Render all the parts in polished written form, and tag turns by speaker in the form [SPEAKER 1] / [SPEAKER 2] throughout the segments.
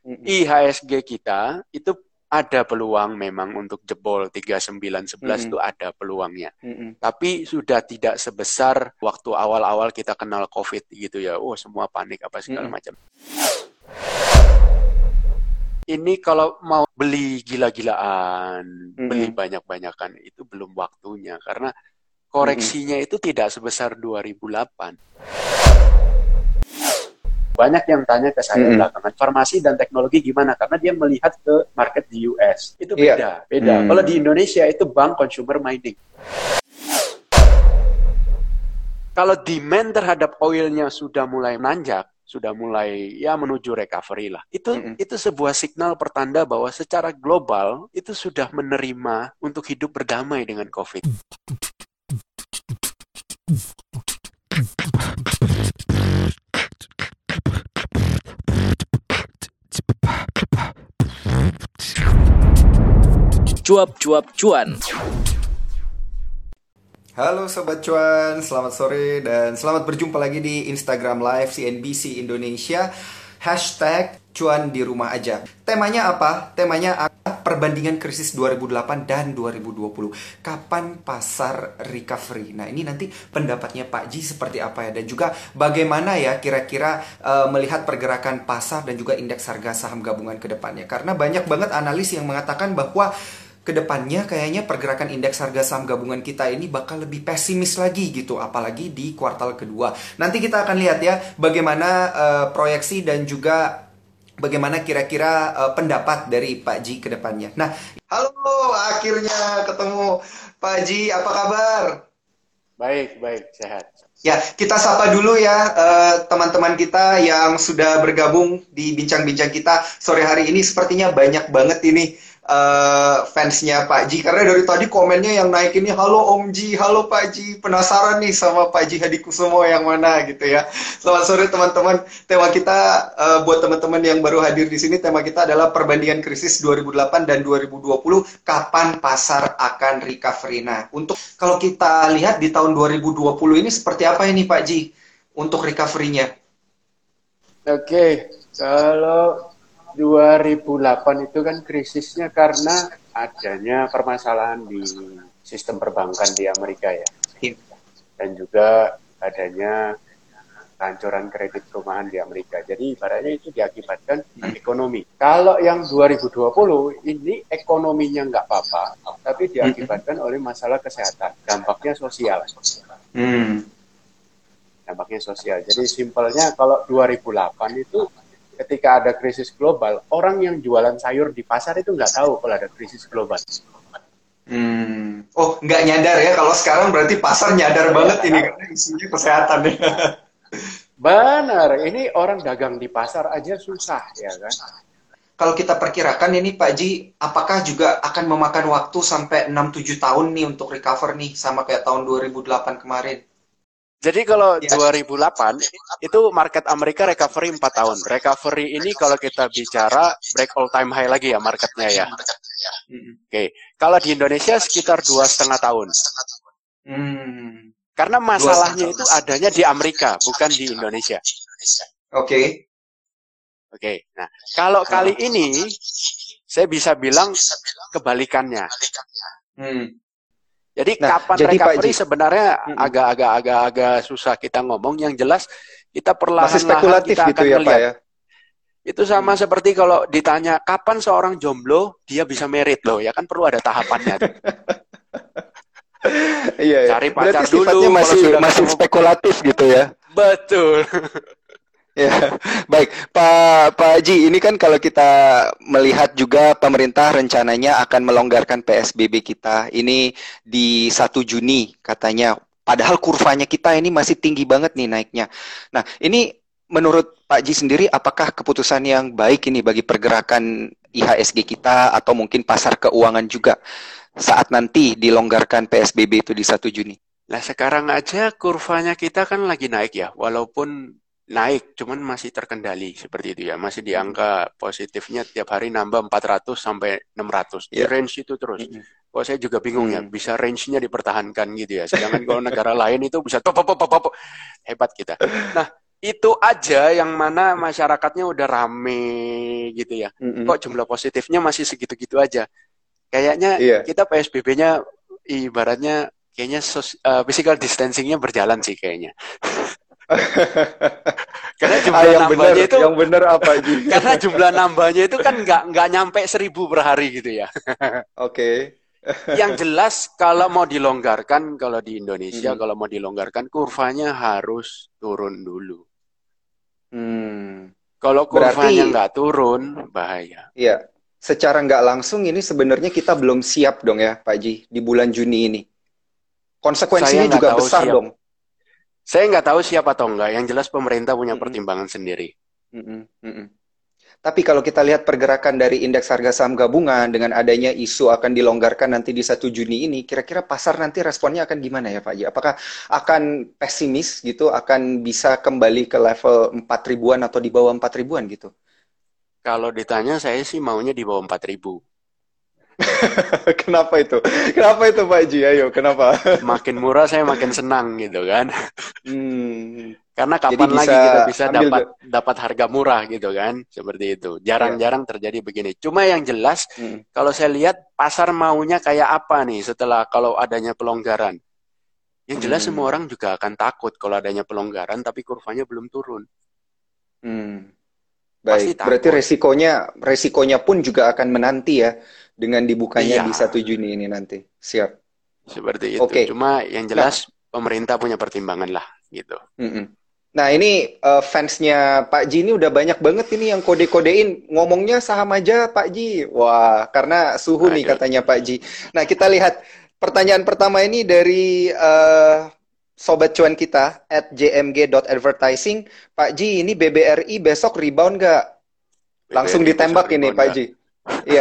[SPEAKER 1] IHSG kita itu ada peluang memang untuk jebol 3911 itu ada peluangnya. Tapi sudah tidak sebesar waktu awal-awal kita kenal COVID gitu ya. Oh, semua panik apa segala macam. Ini kalau mau beli gila-gilaan, beli banyak-banyakan itu belum waktunya karena koreksinya itu tidak sebesar 2008. Banyak yang tanya ke saya belakangan, farmasi dan teknologi gimana? Karena dia melihat ke market di US. Itu beda. Kalau di Indonesia itu bank consumer mining. Kalau demand terhadap oilnya sudah mulai menanjak, sudah mulai ya menuju recovery lah. Itu sebuah signal pertanda bahwa secara global itu sudah menerima untuk hidup berdamai dengan COVID.
[SPEAKER 2] Cuap-cuap cuan.
[SPEAKER 3] Halo Sobat Cuan, selamat sore dan selamat berjumpa lagi di Instagram Live CNBC Indonesia. #cuan di rumah aja. Temanya apa? Temanya perbandingan krisis 2008 dan 2020. Kapan pasar recovery? Nah, ini nanti pendapatnya Pak Ji seperti apa ya, dan juga bagaimana ya kira-kira melihat pergerakan pasar dan juga indeks harga saham gabungan ke depannya. Karena banyak banget analis yang mengatakan bahwa kedepannya kayaknya pergerakan indeks harga saham gabungan kita ini bakal lebih pesimis lagi gitu, apalagi di kuartal kedua. Nanti kita akan lihat ya bagaimana proyeksi dan juga bagaimana kira-kira pendapat dari Pak Ji ke depannya. Nah, halo, akhirnya ketemu Pak Ji, apa kabar?
[SPEAKER 1] Baik, sehat.
[SPEAKER 3] Ya, kita sapa dulu ya teman-teman kita yang sudah bergabung di bincang-bincang kita sore hari ini. Sepertinya banyak banget ini fansnya Pak Ji, karena dari tadi komennya yang naik ini, halo Om Ji, halo Pak Ji, penasaran nih sama Pak Ji Hadikusumo yang mana gitu ya. Selamat sore teman-teman. Tema kita buat teman-teman yang baru hadir di sini, tema kita adalah perbandingan krisis 2008 dan 2020, kapan pasar akan recovery. Nah, untuk kalau kita lihat di tahun 2020 ini seperti apa ini Pak Ji untuk recovery-nya?
[SPEAKER 1] Oke, kalau 2008 itu kan krisisnya karena adanya permasalahan di sistem perbankan di Amerika ya. Dan juga adanya kehancuran kredit perumahan di Amerika. Jadi ibaratnya itu diakibatkan ekonomi. Kalau yang 2020 ini ekonominya nggak apa-apa, tapi diakibatkan oleh masalah kesehatan. Dampaknya sosial. Dampaknya sosial. Jadi simpelnya kalau 2008 itu ketika ada krisis global, orang yang jualan sayur di pasar itu nggak tahu kalau ada krisis global.
[SPEAKER 3] Oh, nggak nyadar ya. Kalau sekarang berarti pasar nyadar banget ini karena isunya kesehatan ya.
[SPEAKER 1] Benar, ini orang dagang di pasar aja susah ya kan.
[SPEAKER 3] Kalau kita perkirakan ini Pak Ji, apakah juga akan memakan waktu sampai 6-7 tahun nih untuk recover nih sama kayak tahun 2008 kemarin?
[SPEAKER 1] Jadi kalau 2008 itu market Amerika recovery 4 tahun. Recovery ini kalau kita bicara break all time high lagi ya marketnya ya. Oke. Kalau di Indonesia sekitar 2,5 tahun. Karena masalahnya itu adanya di Amerika, bukan di Indonesia.
[SPEAKER 3] Oke.
[SPEAKER 1] Nah, kalau kali ini saya bisa bilang kebalikannya. Jadi kapan recovery sebenarnya agak susah kita ngomong. Yang jelas kita perlahan-lahan kita akan
[SPEAKER 3] gitu ya,
[SPEAKER 1] melihat. Pak, ya? Itu sama seperti kalau ditanya kapan seorang jomblo dia bisa merit loh, ya kan perlu ada tahapannya.
[SPEAKER 3] Iya.
[SPEAKER 1] Cari pacar
[SPEAKER 3] berarti
[SPEAKER 1] dulu.
[SPEAKER 3] Masih spekulatif gitu ya.
[SPEAKER 1] Betul.
[SPEAKER 3] Ya, baik Pak Haji, ini kan kalau kita melihat juga pemerintah rencananya akan melonggarkan PSBB kita ini di 1 Juni katanya. Padahal kurvanya kita ini masih tinggi banget nih naiknya. Nah, ini menurut Pak Haji sendiri apakah keputusan yang baik ini bagi pergerakan IHSG kita atau mungkin pasar keuangan juga saat nanti dilonggarkan PSBB itu di 1 Juni?
[SPEAKER 1] Nah, sekarang aja kurvanya kita kan lagi naik ya, walaupun naik, cuman masih terkendali seperti itu ya. Masih di angka positifnya tiap hari nambah 400 sampai 600. Di range itu terus. Kok saya juga bingung ya, bisa range-nya dipertahankan gitu ya. Sedangkan kalau negara lain itu bisa hebat kita. Nah, itu aja yang mana masyarakatnya udah rame gitu ya.
[SPEAKER 3] Mm-mm.
[SPEAKER 1] Kok jumlah positifnya masih segitu-gitu aja. Kayaknya
[SPEAKER 3] Iya.
[SPEAKER 1] kita PSBB-nya ibaratnya kayaknya physical distancing-nya berjalan sih kayaknya. Karena jumlah nambahnya itu
[SPEAKER 3] yang bener apa Ji?
[SPEAKER 1] karena jumlah nambahnya itu kan nggak nyampe 1.000 per hari gitu ya.
[SPEAKER 3] Oke.
[SPEAKER 1] Yang jelas kalau mau dilonggarkan, kalau di Indonesia
[SPEAKER 3] Mm-mm.
[SPEAKER 1] kalau mau dilonggarkan kurvanya harus turun dulu.
[SPEAKER 3] Hmm.
[SPEAKER 1] Kalau kurvanya
[SPEAKER 3] Berarti
[SPEAKER 1] nggak turun, bahaya.
[SPEAKER 3] ya, secara nggak langsung ini sebenarnya kita belum siap dong ya, Pak Ji, di bulan Juni ini.
[SPEAKER 1] Saya
[SPEAKER 3] Konsekuensinya
[SPEAKER 1] nggak
[SPEAKER 3] juga
[SPEAKER 1] tahu
[SPEAKER 3] besar
[SPEAKER 1] siap.
[SPEAKER 3] dong.
[SPEAKER 1] Saya nggak tahu siap atau enggak. Yang jelas pemerintah punya
[SPEAKER 3] Mm-mm,
[SPEAKER 1] pertimbangan sendiri.
[SPEAKER 3] mm-mm, mm-mm. Tapi kalau kita lihat pergerakan dari indeks harga saham gabungan dengan adanya isu akan dilonggarkan nanti di 1 Juni ini, kira-kira pasar nanti responnya akan gimana ya Pak Ji? Apakah akan pesimis gitu, akan bisa kembali ke level 4 ribuan atau di bawah 4 ribuan gitu?
[SPEAKER 1] Kalau ditanya saya sih maunya di bawah 4.000.
[SPEAKER 3] Kenapa itu? Kenapa itu Pak Ji? Ayo, kenapa?
[SPEAKER 1] Makin murah saya makin senang gitu kan.
[SPEAKER 3] Hmm,
[SPEAKER 1] Karena
[SPEAKER 3] jadi
[SPEAKER 1] kapan
[SPEAKER 3] bisa
[SPEAKER 1] lagi kita bisa
[SPEAKER 3] ambil
[SPEAKER 1] dapat harga murah gitu kan. Seperti itu.
[SPEAKER 3] ya.
[SPEAKER 1] Jarang-jarang terjadi begini. Cuma yang jelas
[SPEAKER 3] Mm,
[SPEAKER 1] kalau saya lihat pasar maunya kayak apa nih setelah kalau adanya pelonggaran. Yang jelas semua
[SPEAKER 3] mm,
[SPEAKER 1] orang juga akan takut kalau adanya pelonggaran tapi kurvanya belum turun.
[SPEAKER 3] mm.
[SPEAKER 1] Pasti
[SPEAKER 3] Baik, berarti
[SPEAKER 1] takut.
[SPEAKER 3] resikonya pun juga akan menanti ya dengan dibukanya di
[SPEAKER 1] Iya,
[SPEAKER 3] 1 Juni ini nanti. Siap.
[SPEAKER 1] seperti itu.
[SPEAKER 3] Oke.
[SPEAKER 1] Cuma yang
[SPEAKER 3] Nah,
[SPEAKER 1] jelas pemerintah punya pertimbangan lah gitu.
[SPEAKER 3] mm-mm. Nah ini fansnya Pak Ji ini udah banyak banget ini yang kode-kodein ngomongnya saham aja Pak Ji. Wah, karena suhu nih
[SPEAKER 1] Aduh.
[SPEAKER 3] katanya Pak Ji. Nah kita lihat pertanyaan pertama ini dari sobat cuan kita at jmg.advertising. Pak Ji ini BBRI besok rebound nggak? Langsung
[SPEAKER 1] BBRI besok
[SPEAKER 3] ditembak ini
[SPEAKER 1] rebound
[SPEAKER 3] Pak
[SPEAKER 1] nggak?
[SPEAKER 3] Ji. Iya.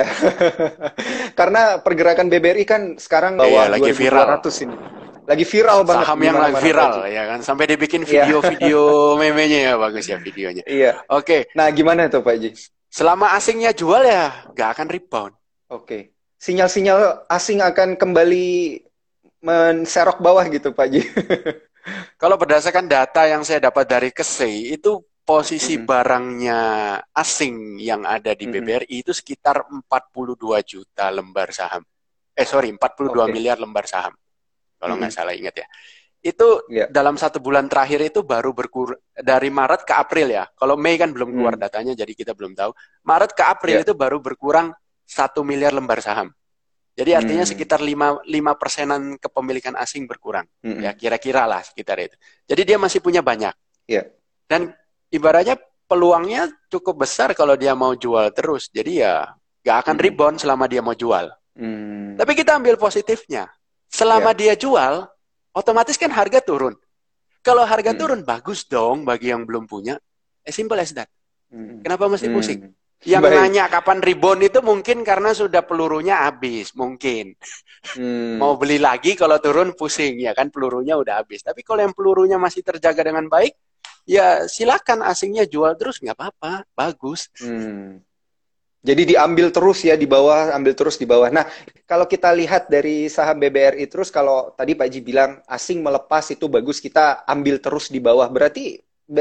[SPEAKER 3] Karena pergerakan BBRI kan sekarang
[SPEAKER 1] Iya,
[SPEAKER 3] bawah
[SPEAKER 1] lagi viral.
[SPEAKER 3] 2.200 ini. Lagi viral banget
[SPEAKER 1] Saham
[SPEAKER 3] di
[SPEAKER 1] yang lagi
[SPEAKER 3] mana-mana Pak
[SPEAKER 1] viral
[SPEAKER 3] Ji.
[SPEAKER 1] ya kan. Sampai dibikin
[SPEAKER 3] Iya.
[SPEAKER 1] video-video meme-nya ya bagus ya videonya.
[SPEAKER 3] Iya.
[SPEAKER 1] Oke,
[SPEAKER 3] Nah, gimana tuh Pak Ji?
[SPEAKER 1] selama asingnya jual ya nggak akan rebound.
[SPEAKER 3] Oke. Sinyal-sinyal asing akan kembali menserok bawah gitu, Pak Ji.
[SPEAKER 1] Kalau berdasarkan data yang saya dapat dari KSEI, itu posisi
[SPEAKER 3] Mm-mm,
[SPEAKER 1] barangnya asing yang ada di
[SPEAKER 3] mm-mm.
[SPEAKER 1] BBRI itu sekitar 42 juta lembar saham. Sorry, 42
[SPEAKER 3] Oke.
[SPEAKER 1] miliar lembar saham. Kalau nggak
[SPEAKER 3] Mm-mm.
[SPEAKER 1] salah ingat ya. Itu
[SPEAKER 3] Ya.
[SPEAKER 1] dalam 1 bulan terakhir itu baru berkurang dari Maret ke April ya. Kalau Mei kan belum keluar
[SPEAKER 3] Mm.
[SPEAKER 1] datanya, jadi kita belum tahu. Maret ke April
[SPEAKER 3] Ya.
[SPEAKER 1] itu baru berkurang 1 miliar lembar saham. Jadi artinya
[SPEAKER 3] Mm.
[SPEAKER 1] sekitar 5%-an kepemilikan asing berkurang. Ya
[SPEAKER 3] Mm-mm.
[SPEAKER 1] kira-kira lah sekitar itu. Jadi dia masih punya banyak.
[SPEAKER 3] Ya.
[SPEAKER 1] Dan ibaratnya peluangnya cukup besar kalau dia mau jual terus. Jadi ya nggak akan
[SPEAKER 3] Mm-mm.
[SPEAKER 1] rebound selama dia mau jual.
[SPEAKER 3] Mm.
[SPEAKER 1] Tapi kita ambil positifnya. Selama
[SPEAKER 3] Ya.
[SPEAKER 1] dia jual, otomatis kan harga turun. Kalau harga
[SPEAKER 3] Mm-mm.
[SPEAKER 1] turun, bagus dong bagi yang belum punya. Simple as that.
[SPEAKER 3] Mm-mm.
[SPEAKER 1] Kenapa mesti pusing?
[SPEAKER 3] Mm.
[SPEAKER 1] Yang
[SPEAKER 3] Baik.
[SPEAKER 1] nanya kapan rebound itu mungkin karena sudah pelurunya habis. Mungkin. Mau
[SPEAKER 3] Mm.
[SPEAKER 1] beli lagi kalau turun pusing. Ya kan pelurunya udah habis. Tapi kalau yang pelurunya masih terjaga dengan baik, ya silakan asingnya jual terus. Nggak apa-apa. Bagus.
[SPEAKER 3] Mm. Jadi diambil terus ya di bawah, ambil terus di bawah. Nah, kalau kita lihat dari saham BBRI terus, kalau tadi Pak Ji bilang asing melepas itu bagus, kita ambil terus di bawah. Berarti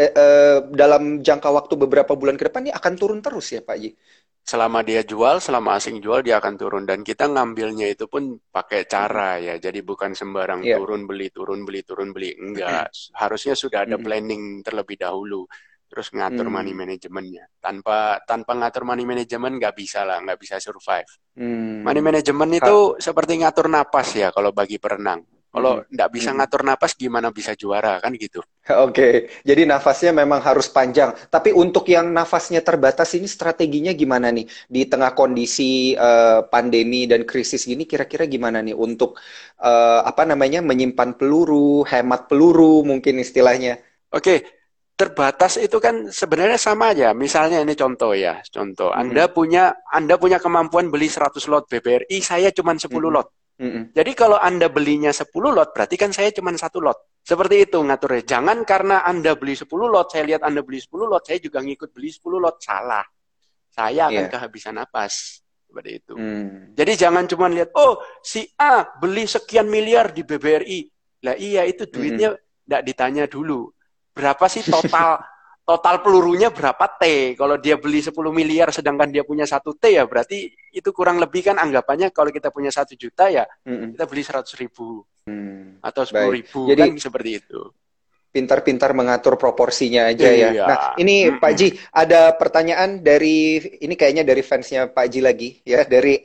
[SPEAKER 3] dalam jangka waktu beberapa bulan ke depan ini akan turun terus ya Pak Ji?
[SPEAKER 1] Selama dia jual, selama asing jual, dia akan turun. Dan kita ngambilnya itu pun pakai
[SPEAKER 3] Mm-mm.
[SPEAKER 1] cara ya. Jadi bukan sembarang
[SPEAKER 3] Iya.
[SPEAKER 1] turun, beli, turun, beli, turun, beli. Enggak. Harusnya sudah ada
[SPEAKER 3] Mm-mm.
[SPEAKER 1] planning terlebih dahulu. Terus ngatur money
[SPEAKER 3] Mm.
[SPEAKER 1] manajemennya. Tanpa ngatur money management nggak bisa lah, nggak bisa survive. Money
[SPEAKER 3] Mm.
[SPEAKER 1] management itu
[SPEAKER 3] Ha.
[SPEAKER 1] seperti ngatur napas ya kalau bagi perenang. Kalau
[SPEAKER 3] Mm-mm.
[SPEAKER 1] nggak bisa
[SPEAKER 3] Mm-mm.
[SPEAKER 1] ngatur napas, gimana bisa juara kan gitu.
[SPEAKER 3] Oke, jadi nafasnya memang harus panjang. Tapi untuk yang nafasnya terbatas ini strateginya gimana nih? Di tengah kondisi pandemi dan krisis gini, kira-kira gimana nih untuk apa namanya menyimpan peluru, hemat peluru mungkin istilahnya.
[SPEAKER 1] Oke, terbatas itu kan sebenarnya sama aja. Misalnya ini contoh ya, contoh.
[SPEAKER 3] Mm-mm.
[SPEAKER 1] Anda punya kemampuan beli 100 lot BBRI, saya cuma 10
[SPEAKER 3] Mm-mm.
[SPEAKER 1] lot.
[SPEAKER 3] Mm-mm.
[SPEAKER 1] Jadi kalau Anda belinya 10 lot, berarti kan saya cuma 1 lot. Seperti itu ngaturnya. Jangan karena Anda beli 10 lot, saya lihat Anda beli 10 lot, saya juga ngikut beli 10 lot. Salah. Saya akan
[SPEAKER 3] Iya.
[SPEAKER 1] kehabisan napas. Seperti itu.
[SPEAKER 3] Mm.
[SPEAKER 1] Jadi jangan cuma lihat, oh si A beli sekian miliar di BBRI. Lah iya itu
[SPEAKER 3] Mm-mm.
[SPEAKER 1] duitnya tidak ditanya dulu. berapa sih total pelurunya berapa T? Kalau dia beli 10 miliar sedangkan dia punya 1 T ya berarti itu kurang lebih kan anggapannya kalau kita punya 1 juta ya
[SPEAKER 3] Mm-mm.
[SPEAKER 1] kita beli 100.000 atau sepuluh
[SPEAKER 3] Baik.
[SPEAKER 1] ribu kan
[SPEAKER 3] Jadi
[SPEAKER 1] seperti itu.
[SPEAKER 3] pintar-pintar mengatur proporsinya aja ya.
[SPEAKER 1] Iya.
[SPEAKER 3] Nah, ini Pak
[SPEAKER 1] Mm-mm.
[SPEAKER 3] Ji, ada pertanyaan dari, ini kayaknya dari fansnya Pak Ji lagi, ya, dari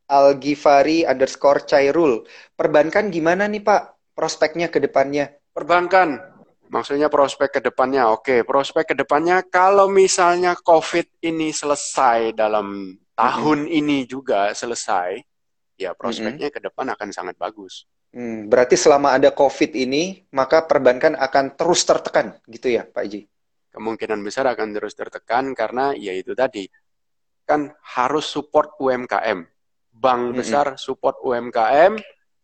[SPEAKER 3] @algifari_cairul. Perbankan gimana nih Pak, prospeknya ke depannya?
[SPEAKER 1] Perbankan, maksudnya prospek ke depannya. Oke, prospek ke depannya kalau misalnya COVID ini selesai dalam
[SPEAKER 3] Mm-mm,
[SPEAKER 1] tahun ini juga selesai, ya
[SPEAKER 3] mm-mm.
[SPEAKER 1] prospeknya ke depan akan sangat bagus.
[SPEAKER 3] Berarti selama ada COVID ini, maka perbankan akan terus tertekan, gitu ya Pak Ji?
[SPEAKER 1] Kemungkinan besar akan terus tertekan karena ya itu tadi, kan harus support UMKM. Bank
[SPEAKER 3] Mm-mm,
[SPEAKER 1] besar support UMKM,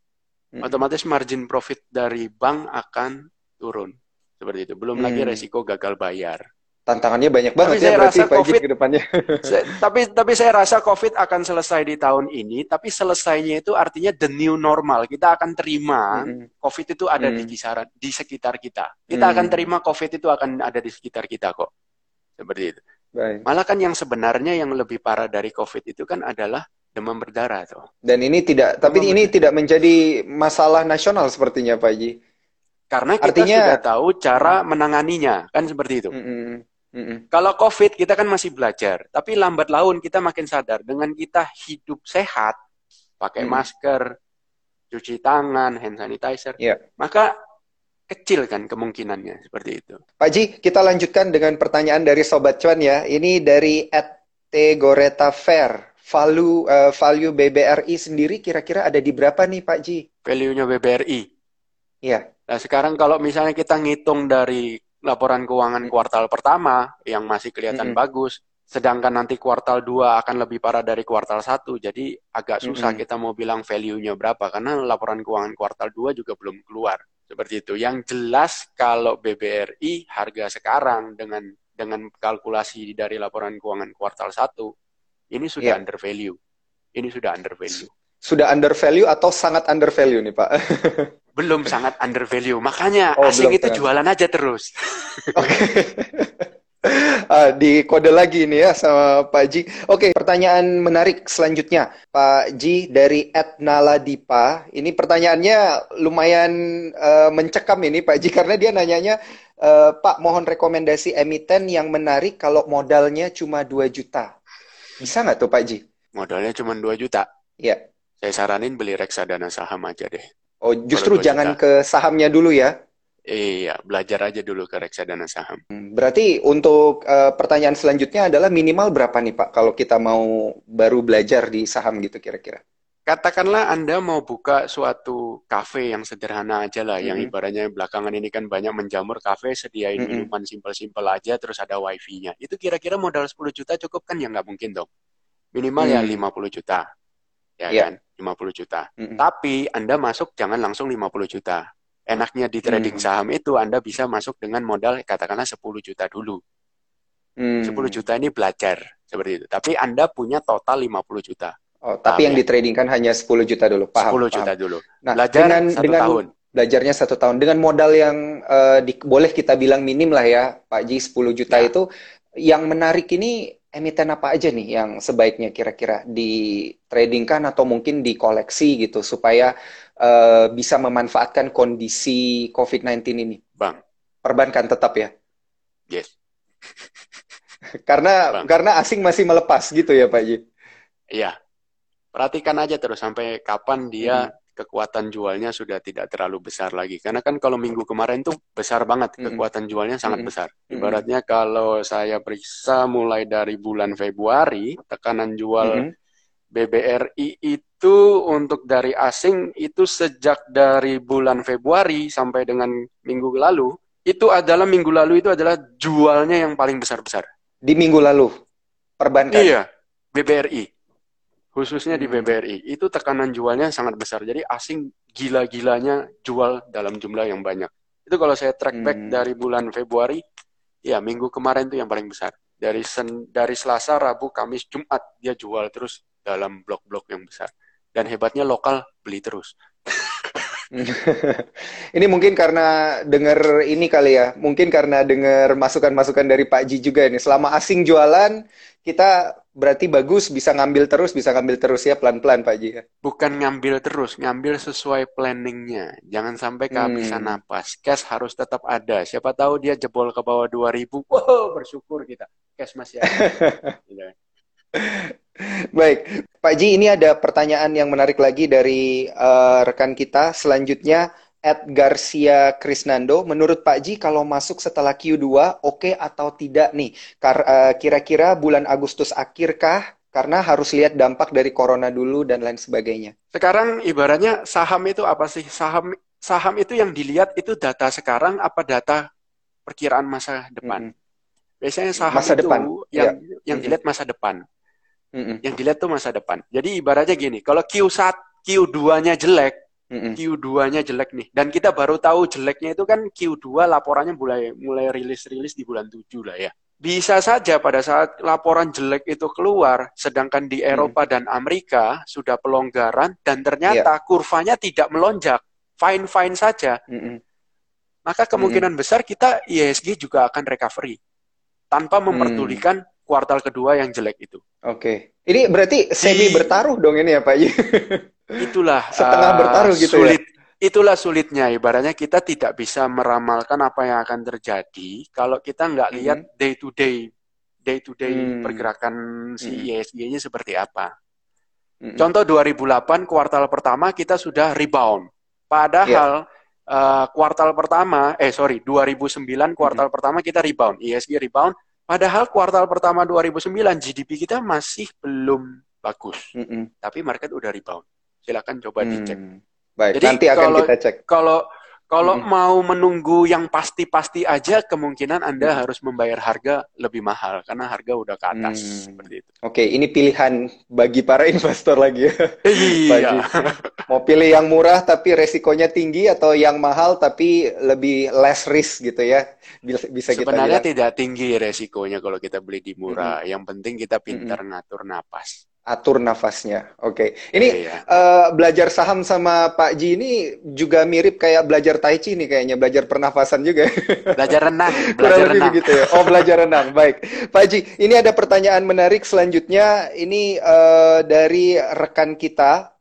[SPEAKER 3] mm-mm.
[SPEAKER 1] otomatis margin profit dari bank akan turun. Seperti itu. Belum lagi
[SPEAKER 3] Hmm,
[SPEAKER 1] resiko gagal bayar.
[SPEAKER 3] Tantangannya banyak
[SPEAKER 1] Tapi
[SPEAKER 3] banget ya
[SPEAKER 1] saya
[SPEAKER 3] berarti
[SPEAKER 1] rasa
[SPEAKER 3] Pak Ji
[SPEAKER 1] COVID
[SPEAKER 3] ke depannya.
[SPEAKER 1] tapi saya rasa COVID akan selesai di tahun ini, tapi selesainya itu artinya the new normal. Kita akan terima
[SPEAKER 3] Mm-mm,
[SPEAKER 1] COVID itu ada di
[SPEAKER 3] mm,
[SPEAKER 1] kisaran di sekitar kita. Kita akan
[SPEAKER 3] mm.
[SPEAKER 1] terima COVID itu akan ada di sekitar kita kok. Seperti itu.
[SPEAKER 3] Baik.
[SPEAKER 1] Malah kan yang sebenarnya yang lebih parah dari COVID itu kan adalah demam berdarah tuh.
[SPEAKER 3] Dan ini tidak, tapi
[SPEAKER 1] Demam
[SPEAKER 3] ini
[SPEAKER 1] berdarah.
[SPEAKER 3] tidak menjadi masalah nasional sepertinya Pak Ji.
[SPEAKER 1] Karena kita sudah
[SPEAKER 3] Artinya,
[SPEAKER 1] tahu cara
[SPEAKER 3] mm,
[SPEAKER 1] menanganinya, kan seperti itu.
[SPEAKER 3] mm, mm, mm, mm,
[SPEAKER 1] Kalau COVID kita kan masih belajar, tapi lambat laun kita makin sadar dengan kita hidup sehat, pakai
[SPEAKER 3] mm,
[SPEAKER 1] masker, cuci tangan, hand sanitizer,
[SPEAKER 3] ya.
[SPEAKER 1] maka kecil kan kemungkinannya seperti itu.
[SPEAKER 3] Pak Ji, kita lanjutkan dengan pertanyaan dari Sobat Cuan ya. Ini dari @tegoreta_fair. Value BBRI sendiri kira-kira ada di berapa nih Pak Ji?
[SPEAKER 1] Value-nya BBRI.
[SPEAKER 3] Iya.
[SPEAKER 1] Nah sekarang kalau misalnya kita ngitung dari laporan keuangan
[SPEAKER 3] Mm,
[SPEAKER 1] kuartal pertama yang masih kelihatan
[SPEAKER 3] mm,
[SPEAKER 1] bagus, sedangkan nanti kuartal 2 akan lebih parah dari kuartal 1, jadi agak
[SPEAKER 3] mm,
[SPEAKER 1] susah
[SPEAKER 3] mm.
[SPEAKER 1] kita mau bilang value-nya berapa, karena laporan keuangan kuartal 2 juga belum keluar. Seperti itu. Yang jelas kalau BBRI harga sekarang dengan kalkulasi dari laporan keuangan kuartal 1, ini sudah
[SPEAKER 3] Iya.
[SPEAKER 1] under value. Ini sudah under value.
[SPEAKER 3] Sudah under value atau sangat under value nih Pak?
[SPEAKER 1] Belum sangat under value. Makanya
[SPEAKER 3] Oh,
[SPEAKER 1] asing
[SPEAKER 3] belum
[SPEAKER 1] itu
[SPEAKER 3] sangat.
[SPEAKER 1] jualan aja terus.
[SPEAKER 3] Oke. Di kode lagi nih ya sama Pak Ji. Oke, pertanyaan menarik selanjutnya. Pak Ji dari @naladipa. Ini pertanyaannya lumayan mencekam ini Pak Ji karena dia nanyanya, Pak mohon rekomendasi emiten yang menarik kalau modalnya cuma 2 juta. Bisa nggak tuh Pak Ji?
[SPEAKER 1] Modalnya cuma 2 juta.
[SPEAKER 3] Ya.
[SPEAKER 1] Saya saranin beli reksadana saham aja deh.
[SPEAKER 3] Oh,
[SPEAKER 1] Kalau
[SPEAKER 3] justru
[SPEAKER 1] 2
[SPEAKER 3] jangan
[SPEAKER 1] juta.
[SPEAKER 3] ke sahamnya dulu ya.
[SPEAKER 1] Iya, belajar aja dulu ke reksadana saham.
[SPEAKER 3] Berarti untuk pertanyaan selanjutnya adalah minimal berapa nih Pak kalau kita mau baru belajar di saham gitu kira-kira?
[SPEAKER 1] Katakanlah Anda mau buka suatu kafe yang sederhana aja lah, yang
[SPEAKER 3] Mm-mm,
[SPEAKER 1] ibaratnya belakangan ini kan banyak menjamur kafe, sediain
[SPEAKER 3] mm-mm,
[SPEAKER 1] minuman simpel-simpel aja, terus ada wifi-nya. Itu kira-kira modal 10 juta cukup kan? Ya nggak mungkin dong. Minimal ya
[SPEAKER 3] mm,
[SPEAKER 1] 50 juta, ya
[SPEAKER 3] ya,
[SPEAKER 1] kan? 50 juta.
[SPEAKER 3] mm-mm,
[SPEAKER 1] Tapi Anda masuk jangan langsung 50 juta. Enaknya di trading
[SPEAKER 3] mm,
[SPEAKER 1] saham itu Anda bisa masuk dengan modal katakanlah 10 juta dulu. 10
[SPEAKER 3] mm.
[SPEAKER 1] juta ini belajar seperti itu. Tapi Anda punya total 50 juta.
[SPEAKER 3] Oh, tapi
[SPEAKER 1] Paham
[SPEAKER 3] yang
[SPEAKER 1] ya?
[SPEAKER 3] ditradingkan hanya 10 juta dulu. Paham,
[SPEAKER 1] 10
[SPEAKER 3] paham.
[SPEAKER 1] juta dulu.
[SPEAKER 3] Nah,
[SPEAKER 1] Belajar
[SPEAKER 3] dengan
[SPEAKER 1] satu tahun.
[SPEAKER 3] belajarnya 1 tahun, dengan modal yang boleh kita bilang minim lah ya, Pak Ji, 10 juta
[SPEAKER 1] Ya,
[SPEAKER 3] itu, yang menarik ini emiten apa aja nih yang sebaiknya kira-kira ditradingkan atau mungkin dikoleksi gitu, supaya bisa memanfaatkan kondisi COVID-19 ini?
[SPEAKER 1] Bang.
[SPEAKER 3] Perbankan tetap ya?
[SPEAKER 1] Yes,
[SPEAKER 3] Karena
[SPEAKER 1] Bang.
[SPEAKER 3] karena asing masih melepas gitu ya, Pak Ji?
[SPEAKER 1] Iya, perhatikan aja terus sampai kapan dia
[SPEAKER 3] Mm-mm,
[SPEAKER 1] kekuatan jualnya sudah tidak terlalu besar lagi. Karena kan kalau minggu kemarin tuh besar banget,
[SPEAKER 3] mm-mm,
[SPEAKER 1] kekuatan jualnya sangat
[SPEAKER 3] mm-mm,
[SPEAKER 1] besar.
[SPEAKER 3] mm-mm,
[SPEAKER 1] Ibaratnya kalau saya periksa mulai dari bulan Februari, tekanan jual
[SPEAKER 3] mm-mm.
[SPEAKER 1] BBRI itu untuk dari asing itu sejak dari bulan Februari sampai dengan minggu lalu, minggu lalu itu adalah jualnya yang paling besar-besar.
[SPEAKER 3] Di minggu lalu, perbankan.
[SPEAKER 1] Iya, BBRI. Khususnya di
[SPEAKER 3] Hmm,
[SPEAKER 1] BBRI. Itu tekanan jualnya sangat besar. Jadi asing gila-gilanya jual dalam jumlah yang banyak. Itu kalau saya track back
[SPEAKER 3] hmm.
[SPEAKER 1] dari bulan Februari, ya minggu kemarin itu yang paling besar. Dari Selasa, Rabu, Kamis, Jumat, dia jual terus dalam blok-blok yang besar. Dan hebatnya lokal beli terus.
[SPEAKER 3] Ini mungkin karena dengar ini kali ya, mungkin karena dengar masukan-masukan dari Pak Ji juga ini. Selama asing jualan, kita berarti bagus bisa ngambil terus ya pelan-pelan Pak Ji ya.
[SPEAKER 1] Bukan ngambil terus, ngambil sesuai planningnya. Jangan sampai kehabisan
[SPEAKER 3] Hmm.
[SPEAKER 1] napas. Cash harus tetap ada. Siapa tahu dia jebol ke bawah 2.000. Wow, bersyukur kita. Cash masih ada. Gitu.
[SPEAKER 3] Baik, Pak Ji, ini ada pertanyaan yang menarik lagi dari rekan kita. Selanjutnya, Garcia Krisnando. Menurut Pak Ji, kalau masuk setelah Q2, oke atau tidak nih? Kira-kira bulan Agustus akhirkah? Karena harus lihat dampak dari corona dulu dan lain sebagainya.
[SPEAKER 1] Sekarang ibaratnya saham itu apa sih? Saham itu yang dilihat itu data sekarang apa data perkiraan masa depan?
[SPEAKER 3] Mm-mm.
[SPEAKER 1] Biasanya saham
[SPEAKER 3] Masa
[SPEAKER 1] itu
[SPEAKER 3] depan,
[SPEAKER 1] yang
[SPEAKER 3] ya.
[SPEAKER 1] yang
[SPEAKER 3] Mm-mm.
[SPEAKER 1] dilihat masa depan.
[SPEAKER 3] Mm-mm.
[SPEAKER 1] Yang dilihat tuh masa depan. Jadi ibaratnya gini, kalau Q1, Q2-nya jelek,
[SPEAKER 3] Mm-mm.
[SPEAKER 1] Q2-nya jelek nih. Dan kita baru tahu jeleknya itu kan Q2 laporannya mulai rilis-rilis di bulan 7 lah ya. Bisa saja pada saat laporan jelek itu keluar, sedangkan di
[SPEAKER 3] Mm-mm.
[SPEAKER 1] Eropa dan Amerika sudah pelonggaran dan
[SPEAKER 3] Iya.
[SPEAKER 1] ternyata kurvanya tidak melonjak, fine-fine saja,
[SPEAKER 3] Mm-mm.
[SPEAKER 1] maka
[SPEAKER 3] Mm-mm.
[SPEAKER 1] kemungkinan besar kita IHSG juga akan recovery tanpa
[SPEAKER 3] Mm.
[SPEAKER 1] memperdulikan kuartal kedua yang jelek itu.
[SPEAKER 3] Oke. Ini berarti semi
[SPEAKER 1] Di
[SPEAKER 3] bertaruh dong ini ya Pak Ji.
[SPEAKER 1] itulah
[SPEAKER 3] Setengah bertaruh gitu ya.
[SPEAKER 1] sulitnya ibaratnya kita tidak bisa meramalkan apa yang akan terjadi kalau kita nggak lihat
[SPEAKER 3] Mm-mm.
[SPEAKER 1] day to day
[SPEAKER 3] Hmm.
[SPEAKER 1] pergerakan
[SPEAKER 3] Mm-mm.
[SPEAKER 1] si ISG-nya seperti apa.
[SPEAKER 3] Mm-mm.
[SPEAKER 1] Contoh 2008 kuartal pertama kita sudah rebound.
[SPEAKER 3] Ya.
[SPEAKER 1] Padahal kuartal pertama 2009
[SPEAKER 3] Mm-mm.
[SPEAKER 1] kuartal pertama kita rebound, ISG rebound. Padahal kuartal pertama 2009 GDP kita masih belum bagus.
[SPEAKER 3] Mm-mm.
[SPEAKER 1] Tapi market udah rebound. Silakan coba dicek.
[SPEAKER 3] Hmm. Baik,
[SPEAKER 1] Jadi
[SPEAKER 3] nanti akan
[SPEAKER 1] kalau
[SPEAKER 3] kita cek.
[SPEAKER 1] kalau kalau
[SPEAKER 3] Mm-mm.
[SPEAKER 1] mau menunggu yang pasti-pasti aja, kemungkinan Anda
[SPEAKER 3] Mm-mm.
[SPEAKER 1] harus membayar harga lebih mahal karena harga udah ke atas
[SPEAKER 3] Hmm.
[SPEAKER 1] seperti itu.
[SPEAKER 3] Oke, ini pilihan bagi para investor lagi ya, Pak
[SPEAKER 1] Iya.
[SPEAKER 3] Ji. Mau pilih yang murah tapi resikonya tinggi atau yang mahal tapi lebih less risk gitu ya, bisa kita
[SPEAKER 1] Sebenarnya
[SPEAKER 3] bilang.
[SPEAKER 1] tidak tinggi resikonya kalau kita beli di
[SPEAKER 3] Mm-mm.
[SPEAKER 1] murah. Yang penting kita pintar
[SPEAKER 3] Mm-mm.
[SPEAKER 1] ngatur napas.
[SPEAKER 3] Atur nafasnya. Oke. Ini
[SPEAKER 1] Iya.
[SPEAKER 3] belajar saham sama Pak Ji ini juga mirip kayak belajar Tai Chi nih kayaknya, belajar pernafasan juga.
[SPEAKER 1] Belajar renang,
[SPEAKER 3] Kurang
[SPEAKER 1] belajar
[SPEAKER 3] lebih
[SPEAKER 1] renang.
[SPEAKER 3] begitu ya. Oh, belajar renang. Baik. Pak Ji, ini ada pertanyaan menarik selanjutnya. Ini dari rekan kita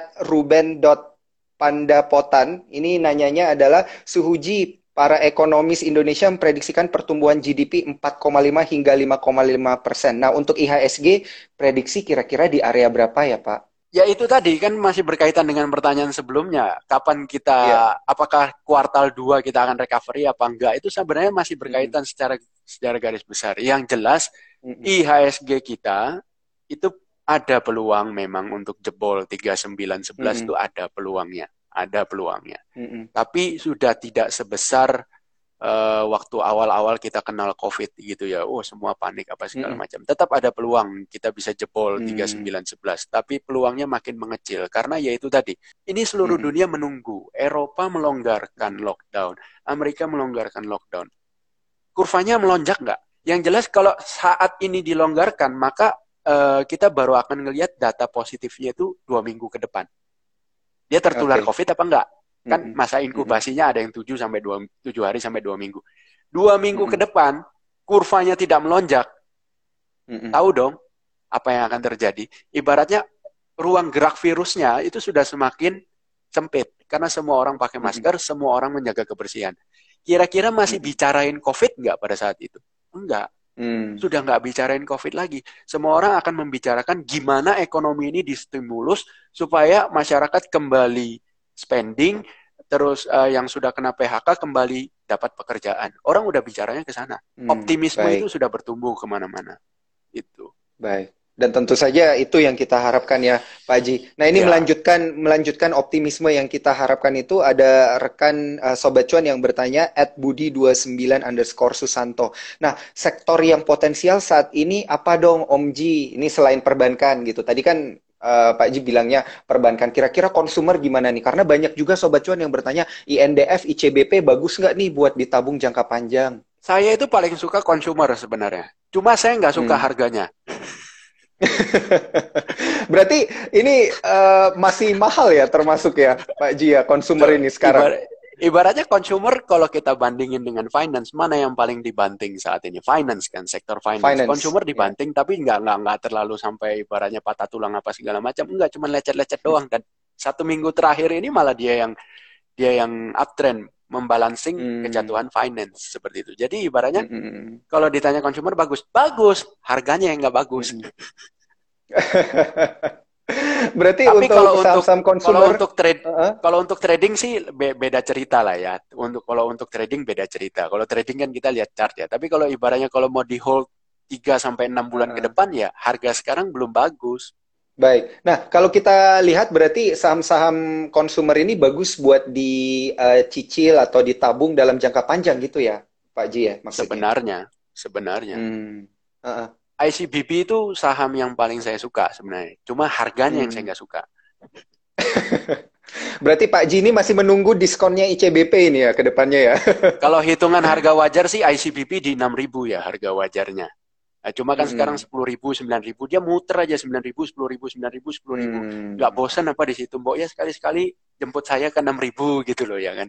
[SPEAKER 3] @ruben.pandapotan. Ini nanyanya adalah Suhuji, para ekonomis Indonesia memprediksikan pertumbuhan GDP 4,5 hingga 5,5%. Nah, untuk IHSG prediksi kira-kira di area berapa ya, Pak?
[SPEAKER 1] Ya itu tadi kan masih berkaitan dengan pertanyaan sebelumnya. Kapan
[SPEAKER 3] Iya.
[SPEAKER 1] apakah kuartal 2 kita akan recovery apa enggak? Itu sebenarnya masih
[SPEAKER 3] Mm-mm.
[SPEAKER 1] berkaitan secara garis besar. Yang jelas
[SPEAKER 3] Mm-mm.
[SPEAKER 1] IHSG kita itu ada peluang memang untuk jebol 3911 itu
[SPEAKER 3] Mm-mm.
[SPEAKER 1] ada peluangnya. Ada peluangnya.
[SPEAKER 3] Mm-mm.
[SPEAKER 1] Tapi sudah tidak sebesar waktu awal-awal kita kenal COVID gitu ya. Oh, semua panik apa segala
[SPEAKER 3] Mm-mm.
[SPEAKER 1] macam. Tetap ada peluang kita bisa jebol
[SPEAKER 3] Mm.
[SPEAKER 1] 3911, tapi peluangnya makin mengecil karena ya itu tadi. Ini seluruh
[SPEAKER 3] Mm-mm.
[SPEAKER 1] dunia menunggu. Eropa melonggarkan lockdown, Amerika melonggarkan lockdown. Kurvanya melonjak nggak? Yang jelas kalau saat ini dilonggarkan, maka kita baru akan ngelihat data positifnya itu 2 minggu ke depan. Dia tertular
[SPEAKER 3] Oke.
[SPEAKER 1] COVID apa enggak? Kan
[SPEAKER 3] Mm-mm.
[SPEAKER 1] masa
[SPEAKER 3] Mm-mm.
[SPEAKER 1] inkubasinya ada yang 7 hari sampai 2 minggu. 2 minggu ke
[SPEAKER 3] Mm-mm.
[SPEAKER 1] depan, kurvanya tidak melonjak,
[SPEAKER 3] Mm-mm.
[SPEAKER 1] tahu dong apa yang akan terjadi. Ibaratnya ruang gerak virusnya itu sudah semakin sempit. Karena semua orang pakai
[SPEAKER 3] Mm-mm.
[SPEAKER 1] masker, semua orang menjaga kebersihan. Kira-kira masih
[SPEAKER 3] Mm-mm.
[SPEAKER 1] bicarain COVID nggak pada saat itu? Enggak.
[SPEAKER 3] Mm.
[SPEAKER 1] Sudah nggak bicarain COVID lagi. Semua orang akan membicarakan gimana ekonomi ini distimulus supaya masyarakat kembali spending, terus yang sudah kena PHK kembali dapat pekerjaan. Orang udah bicaranya ke sana. Optimisme itu
[SPEAKER 3] Baik.
[SPEAKER 1] sudah bertumbuh kemana-mana. Itu.
[SPEAKER 3] Baik. Dan tentu saja itu yang kita harapkan ya, Pak Haji. Nah, ini
[SPEAKER 1] Ya.
[SPEAKER 3] melanjutkan optimisme yang kita harapkan itu ada rekan Sobat Cuan yang bertanya @budi29_Susanto. Nah, sektor yang potensial saat ini apa dong, Om Ji? Ini selain perbankan gitu. Tadi kan Pak Ji bilangnya perbankan. Kira-kira konsumer gimana nih? Karena banyak juga Sobat Cuan yang bertanya INDF, ICBP bagus nggak nih buat ditabung jangka panjang?
[SPEAKER 1] Saya itu paling suka consumer sebenarnya. Cuma saya nggak suka
[SPEAKER 3] Hmm.
[SPEAKER 1] harganya.
[SPEAKER 3] Berarti ini masih mahal ya termasuk ya Pak Ji ya konsumer ini sekarang.
[SPEAKER 2] Ibaratnya consumer kalau kita bandingin dengan finance, mana yang paling dibanting saat ini? Finance kan, sektor finance.
[SPEAKER 3] Finance.
[SPEAKER 2] Consumer dibanting, tapi nggak terlalu sampai ibaratnya patah tulang apa segala macam. Enggak, cuma lecet-lecet doang. Dan 1 minggu terakhir ini malah dia yang uptrend, membalancing kejatuhan finance seperti itu. Jadi ibaratnya kalau ditanya consumer bagus, harganya yang nggak bagus.
[SPEAKER 3] Berarti
[SPEAKER 2] Tapi
[SPEAKER 3] untuk saham-saham konsumer,
[SPEAKER 2] kalau untuk trading sih beda cerita lah ya. Kalau untuk trading beda cerita. Kalau trading kan kita lihat chart ya. Tapi kalau ibaratnya kalau mau di hold 3 sampai 6 bulan ke depan ya harga sekarang belum bagus.
[SPEAKER 3] baik. Nah, kalau kita lihat berarti saham-saham konsumer ini bagus buat dicicil atau ditabung dalam jangka panjang gitu ya, Pak Ji ya maksudnya.
[SPEAKER 2] Sebenarnya.
[SPEAKER 3] Uh-uh.
[SPEAKER 2] ICBP itu saham yang paling saya suka sebenarnya. Cuma harganya yang saya nggak suka.
[SPEAKER 3] Berarti Pak Ji ini masih menunggu diskonnya ICBP ini ya ke depannya ya.
[SPEAKER 2] Kalau hitungan harga wajar sih ICBP di 6.000 ya harga wajarnya. Nah, cuma kan sekarang 10.000, 9.000 dia muter aja 9.000, 10.000, 9.000, 10.000. Nggak bosan apa di situ? Mbok ya sekali-sekali jemput saya ke 6.000 gitu loh ya kan.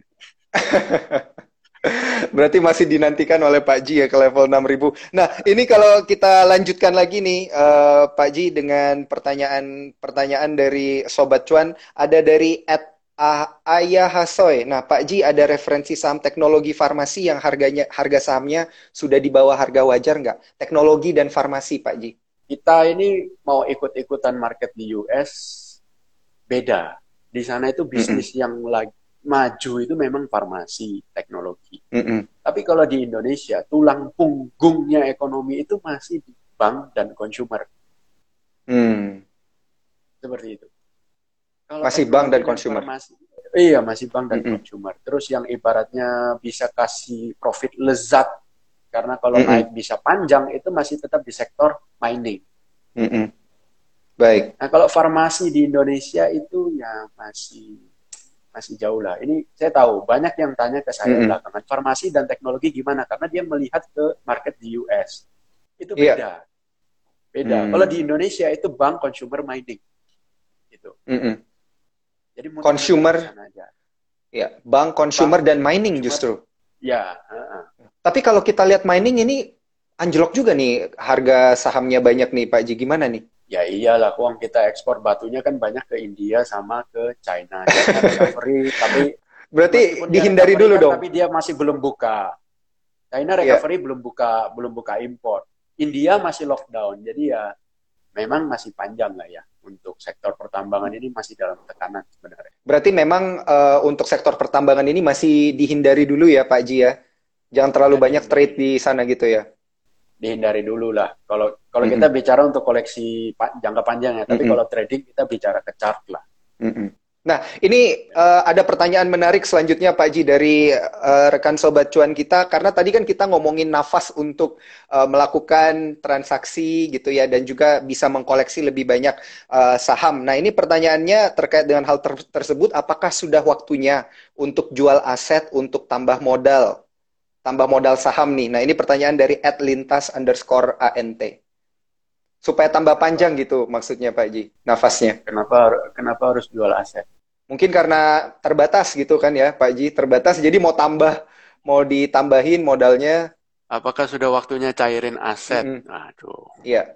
[SPEAKER 3] Berarti masih dinantikan oleh Pak Ji ya ke level 6.000. Nah, ini kalau kita lanjutkan lagi nih Pak Ji dengan pertanyaan dari Sobat Cuan, ada dari Ayah Hasoy. Nah, Pak Ji ada referensi saham teknologi farmasi yang harga sahamnya sudah di bawah harga wajar nggak? Teknologi dan farmasi, Pak Ji.
[SPEAKER 2] Kita ini mau ikut-ikutan market di US beda. Di sana itu bisnis yang lagi maju itu memang farmasi, teknologi. Tapi kalau di Indonesia, tulang punggungnya ekonomi itu masih di bank dan consumer. Seperti itu. Kalau
[SPEAKER 3] masih bank dan consumer.
[SPEAKER 2] Iya, masih bank dan consumer. Terus yang ibaratnya bisa kasih profit lezat, karena kalau naik bisa panjang, itu masih tetap di sektor mining.
[SPEAKER 3] Baik.
[SPEAKER 2] Nah, kalau farmasi di Indonesia itu ya masih jauh lah. Ini saya tahu banyak yang tanya ke saya belakangan farmasi dan teknologi gimana karena dia melihat ke market di US. Itu beda. Beda. Kalau di Indonesia itu bank, consumer, mining. Gitu. Jadi
[SPEAKER 3] consumer aja. Ya, bank, consumer dan mining justru.
[SPEAKER 2] Ya,
[SPEAKER 3] Tapi kalau kita lihat mining ini anjlok juga nih harga sahamnya banyak nih Pak Ji, gimana nih?
[SPEAKER 2] Ya iyalah, uang kita ekspor batunya kan banyak ke India sama ke China. China recovery, tapi
[SPEAKER 3] berarti dihindari dulu dong.
[SPEAKER 2] Tapi dia masih belum buka. China recovery belum buka import. India masih lockdown. Jadi ya memang masih panjang lah ya untuk sektor pertambangan ini masih dalam tekanan sebenarnya.
[SPEAKER 3] Berarti memang untuk sektor pertambangan ini masih dihindari dulu ya Pak Ji ya. Jangan terlalu banyak trade di sana gitu ya.
[SPEAKER 2] Dihindari dulu lah. Kalau kita bicara untuk koleksi jangka panjang ya, tapi kalau trading kita bicara ke chart lah.
[SPEAKER 3] Nah, ini ada pertanyaan menarik selanjutnya Pak Ji dari rekan Sobat Cuan kita, karena tadi kan kita ngomongin nafas untuk melakukan transaksi gitu ya, dan juga bisa mengkoleksi lebih banyak saham. Nah, ini pertanyaannya terkait dengan hal tersebut, apakah sudah waktunya untuk jual aset untuk tambah modal saham nih? Nah, ini pertanyaan dari @lintas_ant. Supaya tambah panjang gitu maksudnya Pak Ji, nafasnya.
[SPEAKER 2] Kenapa harus jual aset?
[SPEAKER 3] Mungkin karena terbatas gitu kan ya Pak Ji, terbatas jadi mau ditambahin modalnya.
[SPEAKER 2] Apakah sudah waktunya cairin aset? Aduh.
[SPEAKER 3] Iya.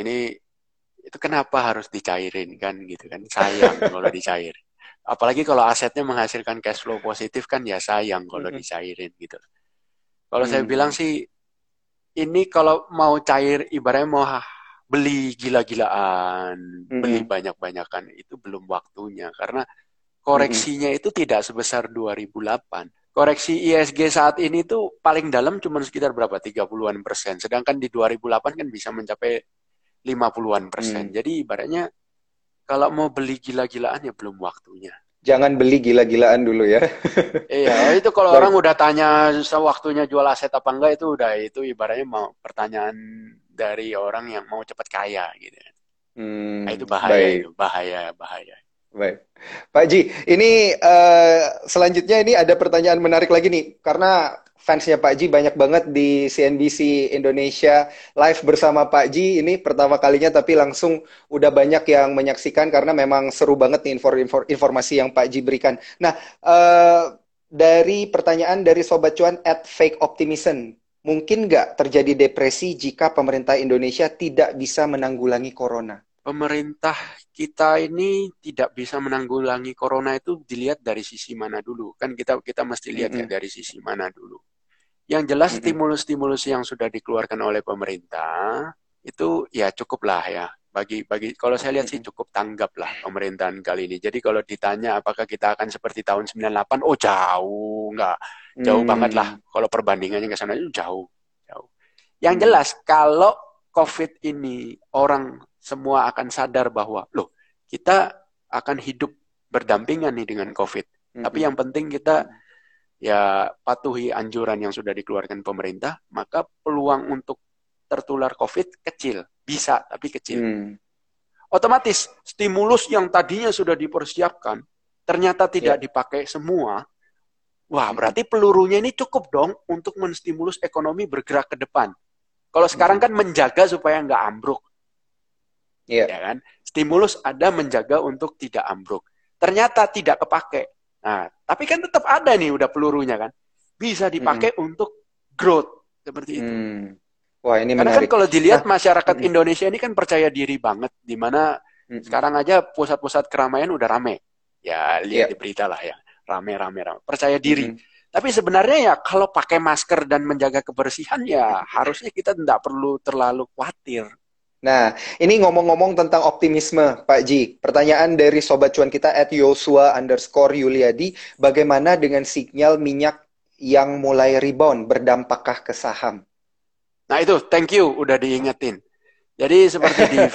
[SPEAKER 2] Itu kenapa harus dicairin kan gitu kan? Sayang kalau dicairin. Apalagi kalau asetnya menghasilkan cash flow positif kan ya sayang kalau dicairin gitu. Kalau saya bilang sih, ini kalau mau cair, ibaratnya mau beli gila-gilaan, beli banyak-banyakan, itu belum waktunya. Karena koreksinya itu tidak sebesar 2008. Koreksi ISG saat ini tuh paling dalam cuma sekitar berapa? 30-an%. Sedangkan di 2008 kan bisa mencapai 50-an%. Jadi ibaratnya, kalau mau beli gila-gilaan ya belum waktunya.
[SPEAKER 3] Jangan beli gila-gilaan dulu ya.
[SPEAKER 2] Iya, itu kalau orang udah tanya waktunya jual aset apa enggak itu ibaratnya mau pertanyaan dari orang yang mau cepat kaya gitu. Nah, itu bahaya.
[SPEAKER 3] Baik. Pak Ji, ini selanjutnya ini ada pertanyaan menarik lagi nih, karena fansnya Pak Ji banyak banget di CNBC Indonesia live bersama Pak Ji. Ini pertama kalinya tapi langsung udah banyak yang menyaksikan karena memang seru banget nih informasi yang Pak Ji berikan. Nah, dari pertanyaan dari Sobat Cuan @fake optimism, mungkin nggak terjadi depresi jika pemerintah Indonesia tidak bisa menanggulangi corona?
[SPEAKER 2] Pemerintah kita ini tidak bisa menanggulangi corona itu dilihat dari sisi mana dulu. Kan kita mesti lihat ya dari sisi mana dulu. Yang jelas stimulus-stimulus yang sudah dikeluarkan oleh pemerintah itu ya cukup lah ya. Bagi kalau saya lihat sih cukup tanggap lah pemerintahan kali ini. Jadi kalau ditanya apakah kita akan seperti tahun 98, oh jauh, enggak. Jauh banget lah. Kalau perbandingannya ke sana itu jauh. Yang jelas kalau COVID ini orang semua akan sadar bahwa loh kita akan hidup berdampingan nih dengan COVID. Tapi yang penting kita ya patuhi anjuran yang sudah dikeluarkan pemerintah, maka peluang untuk tertular COVID kecil. Bisa, tapi kecil. Otomatis stimulus yang tadinya sudah dipersiapkan ternyata tidak dipakai semua. Wah, berarti pelurunya ini cukup dong untuk menstimulus ekonomi bergerak ke depan. Kalau sekarang kan menjaga supaya nggak ambruk. Ya kan? Stimulus ada menjaga untuk tidak ambruk. Ternyata tidak kepake. Nah, tapi kan tetap ada nih udah pelurunya kan. Bisa dipakai untuk growth seperti itu.
[SPEAKER 3] Wah, ini
[SPEAKER 2] karena
[SPEAKER 3] menarik.
[SPEAKER 2] Kan kalau dilihat masyarakat Indonesia ini kan percaya diri banget, di mana sekarang aja pusat-pusat keramaian udah rame. Ya, lihat di berita lah ya. Rame. Percaya diri. Tapi sebenarnya ya kalau pakai masker dan menjaga kebersihan ya harusnya kita tidak perlu terlalu khawatir.
[SPEAKER 3] Nah, ini ngomong-ngomong tentang optimisme, Pak Ji. Pertanyaan dari Sobat Cuan kita @yosua_Yuliadi, bagaimana dengan sinyal minyak yang mulai rebound, berdampakkah ke saham?
[SPEAKER 2] Nah itu, thank you, udah diingetin. Jadi seperti di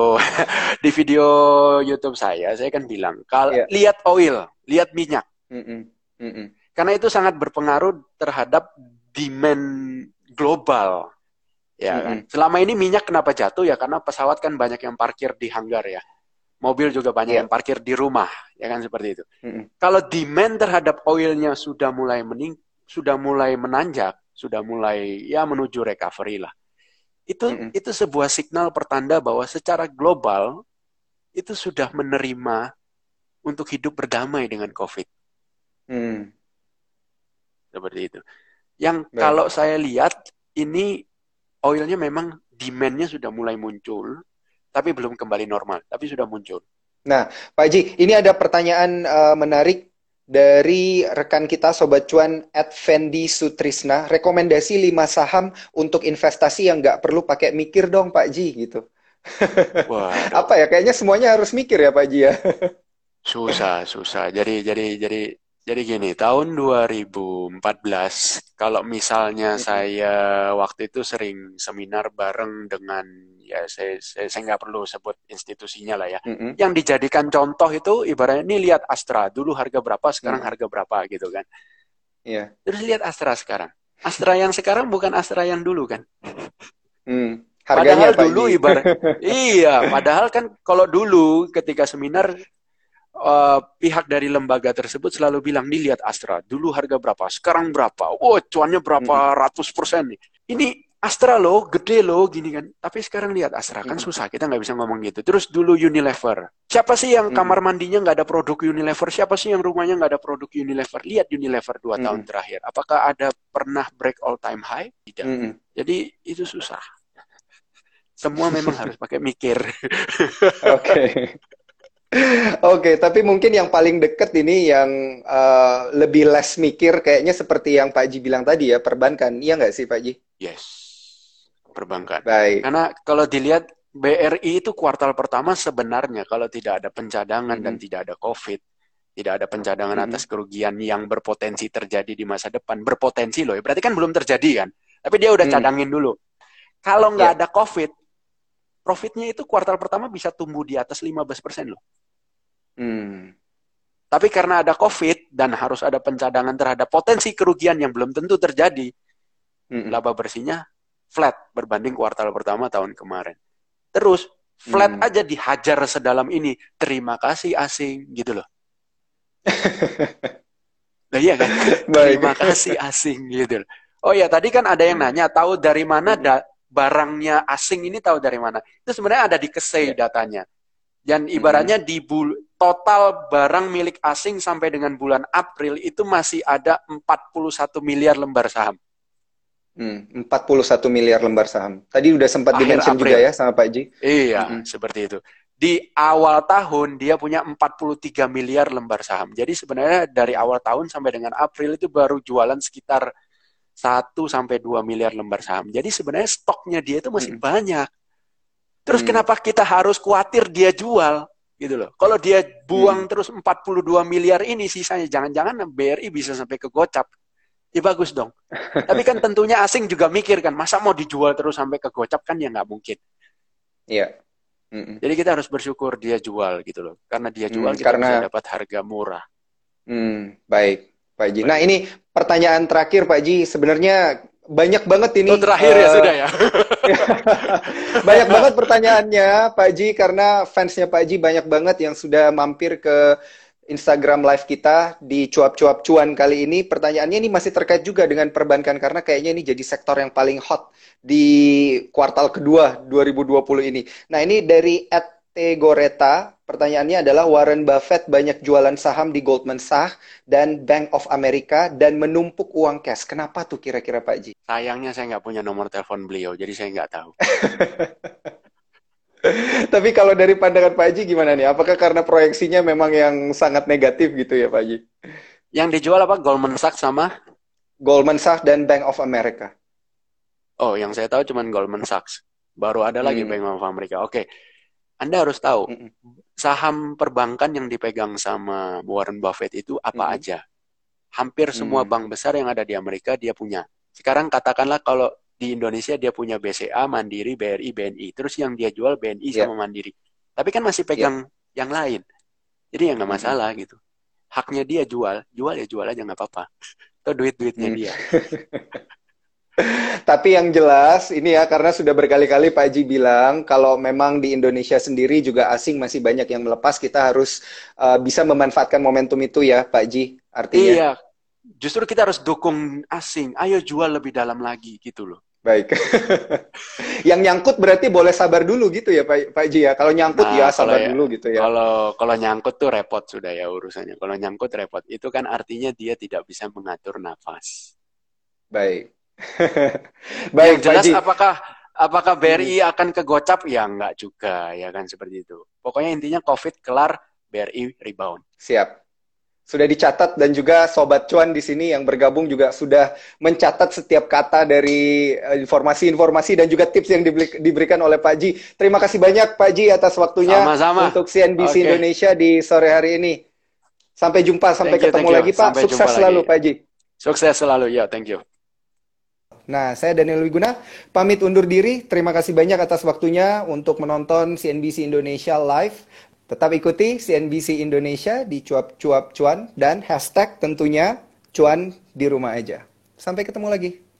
[SPEAKER 2] video YouTube saya kan bilang, lihat oil, lihat minyak. Karena itu sangat berpengaruh terhadap demand global. Ya kan? Selama ini minyak kenapa jatuh ya karena pesawat kan banyak yang parkir di hanggar ya. Mobil juga banyak yang parkir di rumah, ya kan seperti itu. Kalau demand terhadap oilnya sudah mulai menanjak, sudah mulai ya menuju recovery lah. Itu sebuah signal pertanda bahwa secara global itu sudah menerima untuk hidup berdamai dengan COVID. Seperti itu. Yang kalau saya lihat ini oilnya memang demand-nya sudah mulai muncul, tapi belum kembali normal, tapi sudah muncul.
[SPEAKER 3] Nah, Pak Haji, ini ada pertanyaan menarik dari rekan kita Sobat Cuan @Fendi Sutrisna. Rekomendasi 5 saham untuk investasi yang nggak perlu pakai mikir dong Pak Ji gitu. Apa ya? Kayaknya semuanya harus mikir ya Pak Ji ya.
[SPEAKER 2] Susah. Jadi gini, tahun 2014, kalau misalnya saya waktu itu sering seminar bareng dengan, ya saya nggak perlu sebut institusinya lah ya, yang dijadikan contoh itu ibaratnya ini lihat Astra, dulu harga berapa, sekarang harga berapa gitu kan. Terus lihat Astra sekarang. Astra yang sekarang bukan Astra yang dulu kan.
[SPEAKER 3] Harganya
[SPEAKER 2] padahal dulu padahal kan kalau dulu ketika seminar, pihak dari lembaga tersebut selalu bilang, nih lihat Astra, dulu harga berapa, sekarang berapa, cuannya berapa ratus persen nih. Ini Astra loh, gede loh, gini kan. Tapi sekarang lihat Astra, kan susah, kita nggak bisa ngomong gitu. Terus dulu Unilever. Siapa sih yang kamar mandinya nggak ada produk Unilever? Siapa sih yang rumahnya nggak ada produk Unilever? Lihat Unilever 2 tahun terakhir. Apakah ada pernah break all time high? Tidak. Jadi itu susah. Semua memang harus pakai mikir.
[SPEAKER 3] Oke, tapi mungkin yang paling deket ini yang lebih less mikir kayaknya seperti yang Pak Ji bilang tadi ya, perbankan. Iya nggak sih Pak Ji?
[SPEAKER 2] Yes, perbankan.
[SPEAKER 3] Baik.
[SPEAKER 2] Karena kalau dilihat BRI itu kuartal pertama sebenarnya kalau tidak ada pencadangan dan tidak ada COVID, tidak ada pencadangan atas kerugian yang berpotensi terjadi di masa depan. Berpotensi loh, berarti kan belum terjadi kan. Tapi dia udah cadangin dulu. Kalau nggak ada COVID, profitnya itu kuartal pertama bisa tumbuh di atas 15% loh. Tapi karena ada COVID dan harus ada pencadangan terhadap potensi kerugian yang belum tentu terjadi, laba bersihnya flat berbanding kuartal pertama tahun kemarin. Terus flat aja dihajar sedalam ini. Terima kasih asing gitu loh. Nah, iya kan?
[SPEAKER 3] Baik.
[SPEAKER 2] Terima kasih asing gitu loh. Oh ya, tadi kan ada yang nanya, tahu dari mana barangnya asing ini tahu dari mana? Itu sebenarnya ada di KSEI
[SPEAKER 3] Ya.
[SPEAKER 2] datanya. Dan
[SPEAKER 3] Mm-mm.
[SPEAKER 2] ibaratnya total barang milik asing sampai dengan bulan April itu masih ada 41 miliar lembar saham.
[SPEAKER 3] 41 miliar lembar saham. Tadi udah sempat
[SPEAKER 2] Akhir
[SPEAKER 3] dimention juga
[SPEAKER 2] April.
[SPEAKER 3] ya sama Pak Ji.
[SPEAKER 2] Iya, seperti itu. Di awal tahun dia punya 43 miliar lembar saham. Jadi sebenarnya dari awal tahun sampai dengan April itu baru jualan sekitar 1 sampai 2 miliar lembar saham. Jadi sebenarnya stoknya dia itu masih banyak. Terus kenapa kita harus khawatir dia jual? Gitu loh. Kalau dia buang terus 42 miliar ini sisanya, jangan-jangan BRI bisa sampai ke gocap. Ya bagus dong. Tapi kan tentunya asing juga mikir kan, masa mau dijual terus sampai ke gocap kan ya nggak mungkin.
[SPEAKER 3] Iya.
[SPEAKER 2] Jadi kita harus bersyukur dia jual gitu loh. Karena dia jual kita
[SPEAKER 3] Karena
[SPEAKER 2] bisa dapat harga murah.
[SPEAKER 3] baik, Pak Ji. Nah, ini pertanyaan terakhir Pak Ji. Sebenarnya banyak banget ini.
[SPEAKER 2] Itu terakhir ya sudah ya.
[SPEAKER 3] Banyak banget pertanyaannya Pak Ji, karena fansnya Pak Ji banyak banget yang sudah mampir ke Instagram live kita di cuap-cuap cuan kali ini. Pertanyaannya ini masih terkait juga dengan perbankan, karena kayaknya ini jadi sektor yang paling hot di kuartal kedua 2020 ini. Nah, ini dari @tegoreta. Pertanyaannya adalah, Warren Buffett banyak jualan saham di Goldman Sachs dan Bank of America dan menumpuk uang cash. Kenapa tuh kira-kira Pak Ji?
[SPEAKER 2] Sayangnya saya nggak punya nomor telepon beliau, jadi saya nggak tahu.
[SPEAKER 3] Tapi kalau dari pandangan Pak Haji gimana nih? Apakah karena proyeksinya memang yang sangat negatif gitu ya Pak Haji?
[SPEAKER 2] Yang dijual apa? Goldman Sachs sama?
[SPEAKER 3] Goldman Sachs dan Bank of America.
[SPEAKER 2] Oh, yang saya tahu cuma Goldman Sachs. Baru ada lagi Bank of America. Oke. Anda harus tahu, saham perbankan yang dipegang sama Warren Buffett itu apa aja. Hampir semua bank besar yang ada di Amerika dia punya. Sekarang katakanlah kalau di Indonesia dia punya BCA, Mandiri, BRI, BNI. Terus yang dia jual BNI sama Mandiri. Tapi kan masih pegang yang lain. Jadi ya nggak masalah gitu. Haknya dia jual ya jual aja nggak apa-apa. Itu duit-duitnya dia.
[SPEAKER 3] Tapi yang jelas ini ya, karena sudah berkali-kali Pak Haji bilang kalau memang di Indonesia sendiri juga asing masih banyak yang melepas, kita harus bisa memanfaatkan momentum itu ya Pak Haji. Artinya.
[SPEAKER 2] Iya. Justru kita harus dukung asing. Ayo jual lebih dalam lagi gitu loh.
[SPEAKER 3] Baik. Yang nyangkut berarti boleh sabar dulu gitu ya Pak Ji ya. Kalau nyangkut ya sabar dulu gitu ya.
[SPEAKER 2] Kalau nyangkut tuh repot sudah ya urusannya. Kalau nyangkut repot. Itu kan artinya dia tidak bisa mengatur nafas.
[SPEAKER 3] Baik. Baik,
[SPEAKER 2] yang jelas
[SPEAKER 3] Pak Ji.
[SPEAKER 2] apakah BRI akan ke gocap? Ya enggak juga ya kan seperti itu. Pokoknya intinya COVID kelar, BRI rebound.
[SPEAKER 3] Siap. Sudah dicatat, dan juga Sobat Cuan di sini yang bergabung juga sudah mencatat setiap kata dari informasi-informasi dan juga tips yang diberikan oleh Pak Ji. Terima kasih banyak Pak Ji atas waktunya.
[SPEAKER 2] Sama-sama.
[SPEAKER 3] Untuk CNBC Indonesia di sore hari ini. Sampai jumpa, sampai ketemu lagi Pak.
[SPEAKER 2] Sampai
[SPEAKER 3] Sukses selalu Pak Ji.
[SPEAKER 2] Sukses selalu ya, thank you.
[SPEAKER 3] Nah, saya Daniel Wiguna, pamit undur diri. Terima kasih banyak atas waktunya untuk menonton CNBC Indonesia Live. Tetap ikuti CNBC Indonesia di cuap-cuap cuan dan hashtag tentunya cuan di rumah aja. Sampai ketemu lagi.